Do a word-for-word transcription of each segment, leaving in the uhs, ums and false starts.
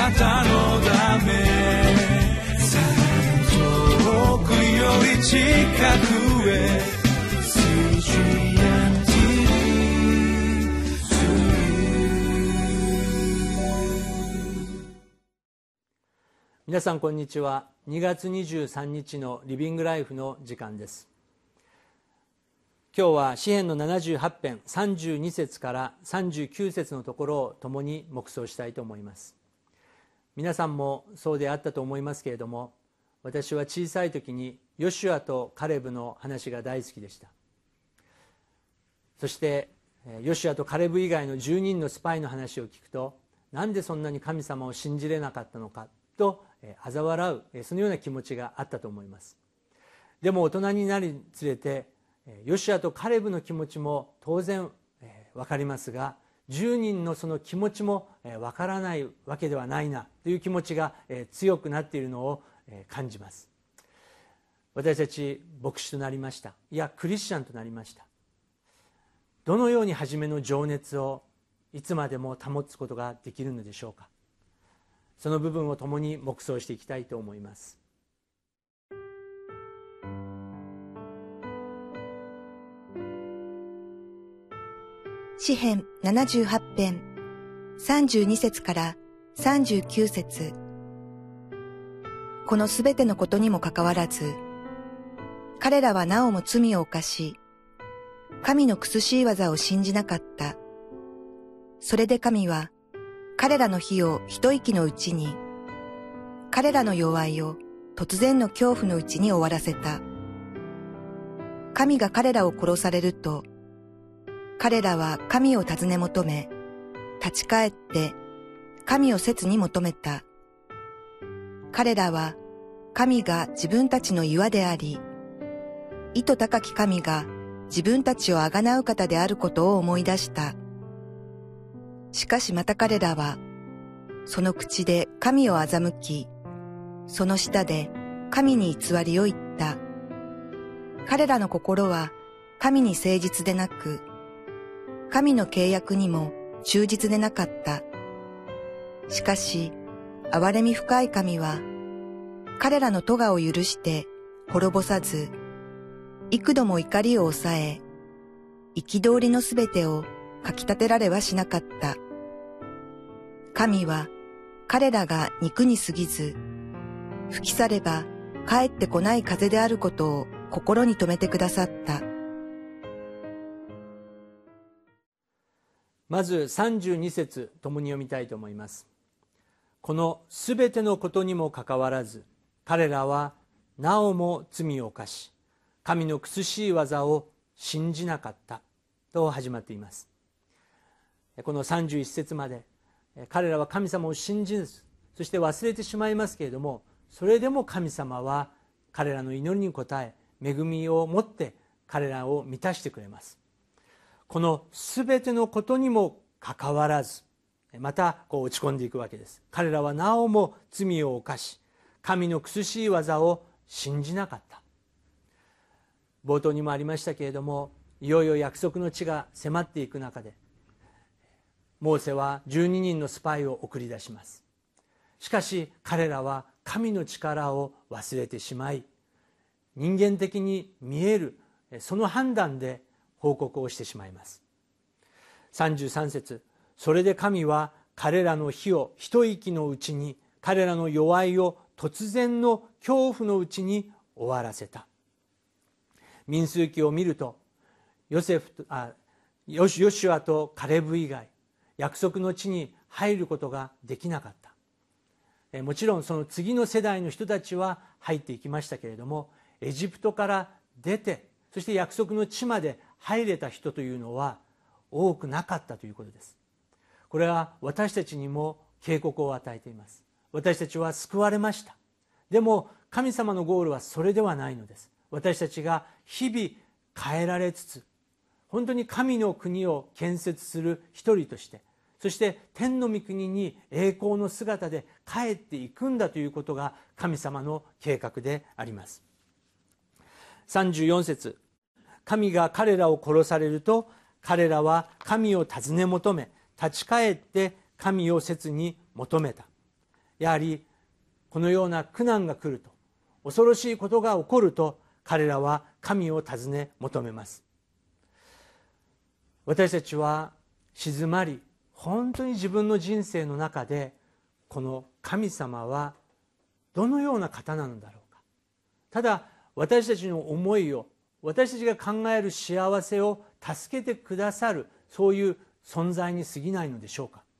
なたのため遠くより近くへ皆さんこんにちは。にがつにじゅうさんにちのリビングライフの時間です。今日は詩編のななじゅうはち編さんじゅうに節からさんじゅうきゅう節のところを共に黙想したいと思います。皆さんもそうであったと思いますけれども、私は小さい時にヨシュアとカレブの話が大好きでした。そしてヨシュアとカレブ以外のじゅうにんのスパイの話を聞くと、なんでそんなに神様を信じれなかったのかと嘲笑う、そのような気持ちがあったと思います。でも大人になるにつれてヨシュアとカレブの気持ちも当然分かりますが、じゅうにんのその気持ちも分からないわけではないなという気持ちが強くなっているのを感じます。私たち牧師となりました。いやクリスチャンとなりました。どのように初めの情熱をいつまでも保つことができるのでしょうか。その部分を共に黙想していきたいと思います。 詩編ななじゅうはち編さんじゅうに節からさんじゅうきゅう節。このすべてのことにもかかわらず、彼らはなおも罪を犯し、神の苦しい技を信じなかった。それで神は彼らの火を一息のうちに、彼らの弱いを突然の恐怖のうちに終わらせた。神が彼らを殺されると、彼らは神を尋ね求め、立ち返って神を切に求めた。彼らは神が自分たちの岩であり、意図高き神が自分たちをあがなう方であることを思い出した。しかしまた彼らは、その口で神を欺き、その舌で神に偽りを言った。彼らの心は神に誠実でなく、神の契約にも忠実でなかった。しかし、憐れみ深い神は、彼らの咎を許して滅ぼさず、幾度も怒りを抑え、憤りのすべてをかき立てられはしなかった。神は彼らが肉に過ぎず、吹き去れば帰ってこない風であることを心に留めてくださった。 まずさんじゅうに節共に読みたいと思います。このすべてのことにもかかわらず、彼らはなおも罪を犯し、神の苦しい技を信じなかったと始まっています。このさんじゅういち節まで彼らは神様を信じず、そして忘れてしまいますけれども、それでも神様は彼らの祈りに応え、恵みを持って彼らを満たしてくれます。このすべてのことにもかかわらず、またこう落ち込んでいくわけです。彼らはなおも罪を犯し、神の苦しい技を信じなかった。冒頭にもありましたけれども、いよいよ約束の地が迫っていく中で、モーセはじゅうににんのスパイを送り出します。しかし彼らは神の力を忘れてしまい、人間的に見えるその判断で報告をしてしまいます。さんじゅうさん節、それで神は彼らの火を一息のうちに、彼らの弱いを突然の恐怖のうちに終わらせた。民数記を見ると、ヨセフあヨシュアとカレブ以外、約束の地に入ることができなかった。もちろんその次の世代の人たちは入っていきましたけれども、エジプトから出て、そして約束の地まで入れた人というのは多くなかったということです。これは私たちにも警告を与えています。私たちは救われました。でも神様のゴールはそれではないのです。私たちが日々変えられつつ、本当に神の国を建設する一人として、そして天の御国に栄光の姿で帰っていくんだということが神様の計画であります。さんじゅうよん節、神が彼らを殺されると、彼らは神を尋ね求め、立ち返って神を切に求めた。 やはりこのような苦難が来ると、恐ろしいことが起こると、彼らは神を尋ね求めます。私たちは静まり、本当に自分の人生の中で、この神様はどのような方なのだろうか。ただ私たちの思いを、私たちが考える幸せを助けてくださる、そういう存在に過ぎないのでしょうか。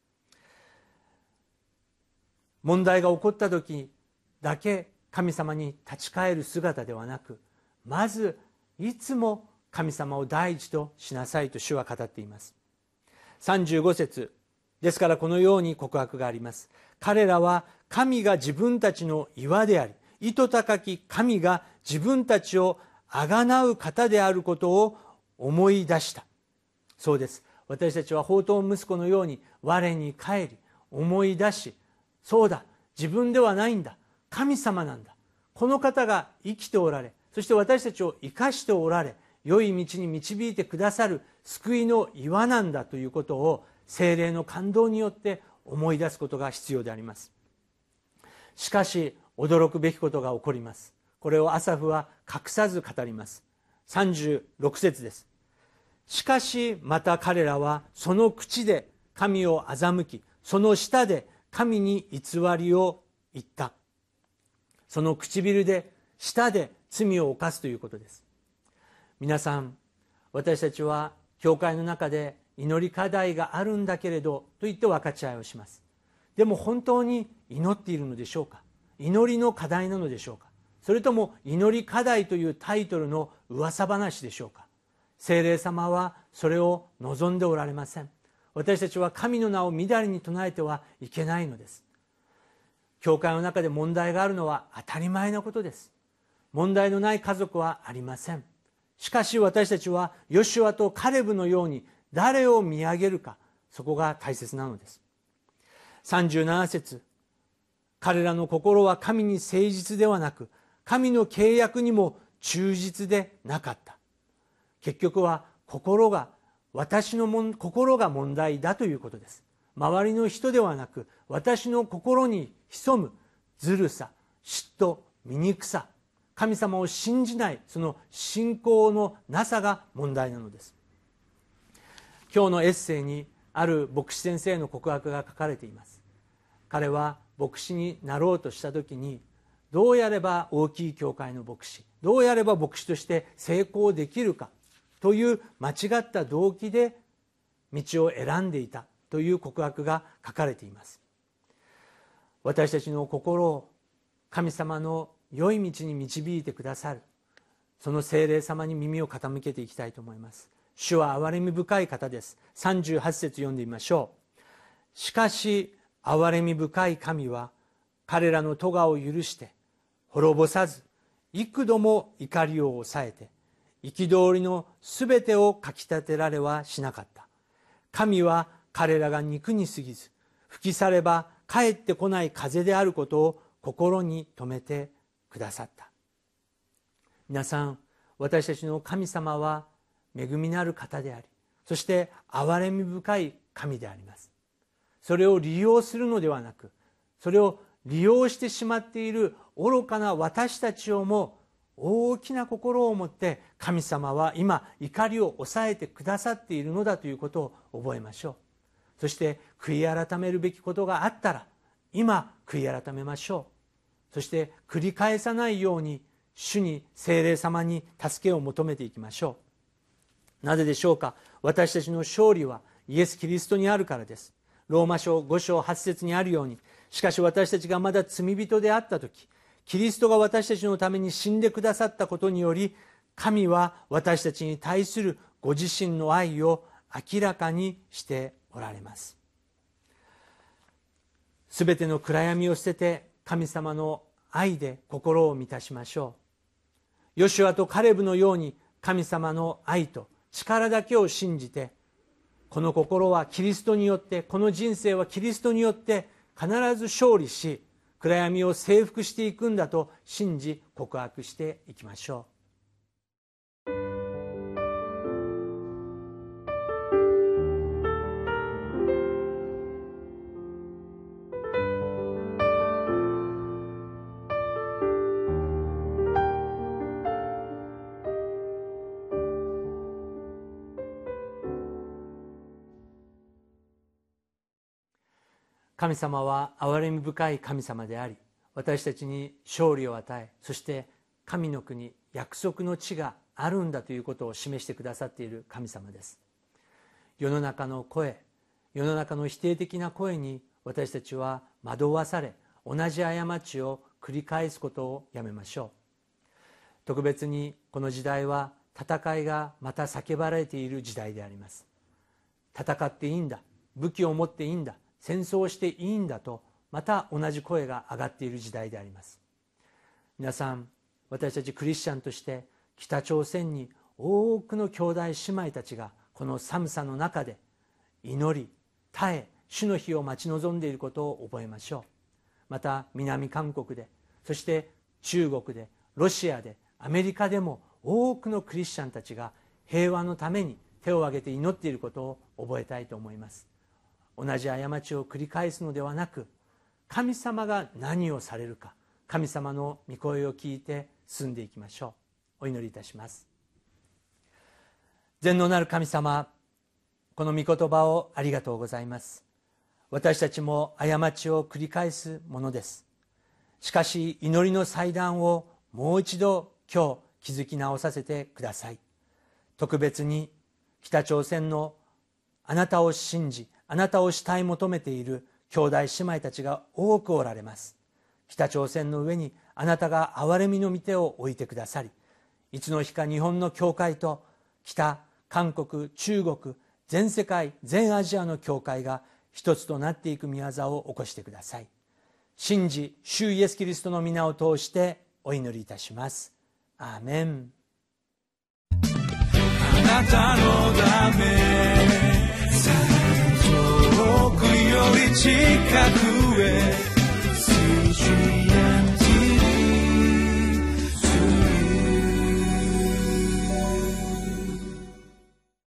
問題が起こった時だけ神様に立ち返る姿ではなく、まずいつも神様を第一としなさいと主は語っています。さんじゅうご節ですから、このように告白があります。彼らは神が自分たちの岩であり、意図高き神が自分たちをあがなう方であることを思い出した。そうです。私たちは放蕩息子のように我に返り思い出し、そうだ、自分ではないんだ、神様なんだ、この方が生きておられ、そして私たちを生かしておられ、良い道に導いてくださる救いの岩なんだということを聖霊の感動によって思い出すことが必要であります。しかし驚くべきことが起こります。これをアサフは隠さず語ります。さんじゅうろく節です。しかしまた彼らはその口で神を欺き、その舌で神に偽りを言った。その唇で舌で罪を犯すということです。皆さん、私たちは教会の中で祈り課題があるんだけれどと言って分かち合いをします。でも本当に祈っているのでしょうか。祈りの課題なのでしょうか。それとも祈り課題というタイトルの噂話でしょうか。聖霊様はそれを望んでおられません。私たちは神の名をみだりに唱えてはいけないのです。教会の中で問題があるのは当たり前なことです。問題のない家族はありません。しかし私たちはヨシュアとカレブのように誰を見上げるか、そこが大切なのです。さんじゅうなな節、彼らの心は神に誠実ではなく、神の契約にも忠実でなかった。結局は心が私のもん心が問題だということです。周りの人ではなく、私の心に潜むずるさ、嫉妬、醜さ、神様を信じない、その信仰のなさが問題なのです。今日のエッセイにある牧師先生の告白が書かれています。彼は牧師になろうとした時に、どうやれば大きい教会の牧師、どうやれば牧師として成功できるかという間違った動機で道を選んでいたという告白が書かれています。私たちの心を神様の良い道に導いてくださる、その聖霊様に耳を傾けていきたいと思います。主は憐れみ深い方です。さんじゅうはち節読んでみましょう。しかし憐れみ深い神は彼らの咎を許して滅ぼさず、幾度も怒りを抑えて憤りのすべてをかきたてられはしなかった。神は彼らが肉に過ぎず、吹き去れば帰ってこない風であることを心に留めてくださった。皆さん、私たちの神様は恵みのある方であり、そして憐れみ深い神であります。それを利用するのではなく、それを利用してしまっている愚かな私たちをも大きな心を持って神様は今怒りを抑えてくださっているのだということを覚えましょう。そして悔い改めるべきことがあったら今悔い改めましょう。そして繰り返さないように主に、聖霊様に助けを求めていきましょう。なぜでしょうか。私たちの勝利はイエス・キリストにあるからです。ローマ書ご章はち節にあるように、しかし私たちがまだ罪人であったとき、キリストが私たちのために死んでくださったことにより、神は私たちに対するご自身の愛を明らかにしておられます。すべての暗闇を捨てて神様の愛で心を満たしましょう。ヨシュアとカレブのように神様の愛と力だけを信じて、この心はキリストによって、この人生はキリストによって必ず勝利し、暗闇を征服していくんだと信じ告白していきましょう。 神様は憐れみ深い神様であり、私たちに勝利を与え、そして神の国、約束の地があるんだということを示してくださっている神様です。世の中の声、世の中の否定的な声に私たちは惑わされ、同じ過ちを繰り返すことをやめましょう。特別にこの時代は戦いがまた叫ばれている時代であります。戦っていいんだ、武器を持っていいんだ、戦争をしていいんだと、また同じ声が上がっている時代であります。皆さん、私たちクリスチャンとして北朝鮮に多くの兄弟姉妹たちがこの寒さの中で祈り耐え、主の日を待ち望んでいることを覚えましょう。また南韓国で、そして中国で、ロシアで、アメリカでも多くのクリスチャンたちが平和のために手を挙げて祈っていることを覚えたいと思います。同じ過ちを繰り返すのではなく、神様が何をされるか、神様の御声を聞いて進んでいきましょう。お祈りいたします。全能なる神様、この御言葉をありがとうございます。私たちも過ちを繰り返すものです。しかし祈りの祭壇をもう一度今日築き直させてください。特別に北朝鮮のあなたを信じ、あなたを慕い求めている兄弟姉妹たちが多くおられます。北朝鮮の上にあなたが憐れみの御手を置いてくださり、いつの日か日本の教会と北、韓国、中国、全世界、全アジアの教会が一つとなっていく御業を起こしてください。信じ、主イエスキリストの皆を通してお祈りいたします。アーメン。 あなたのため遠くより近く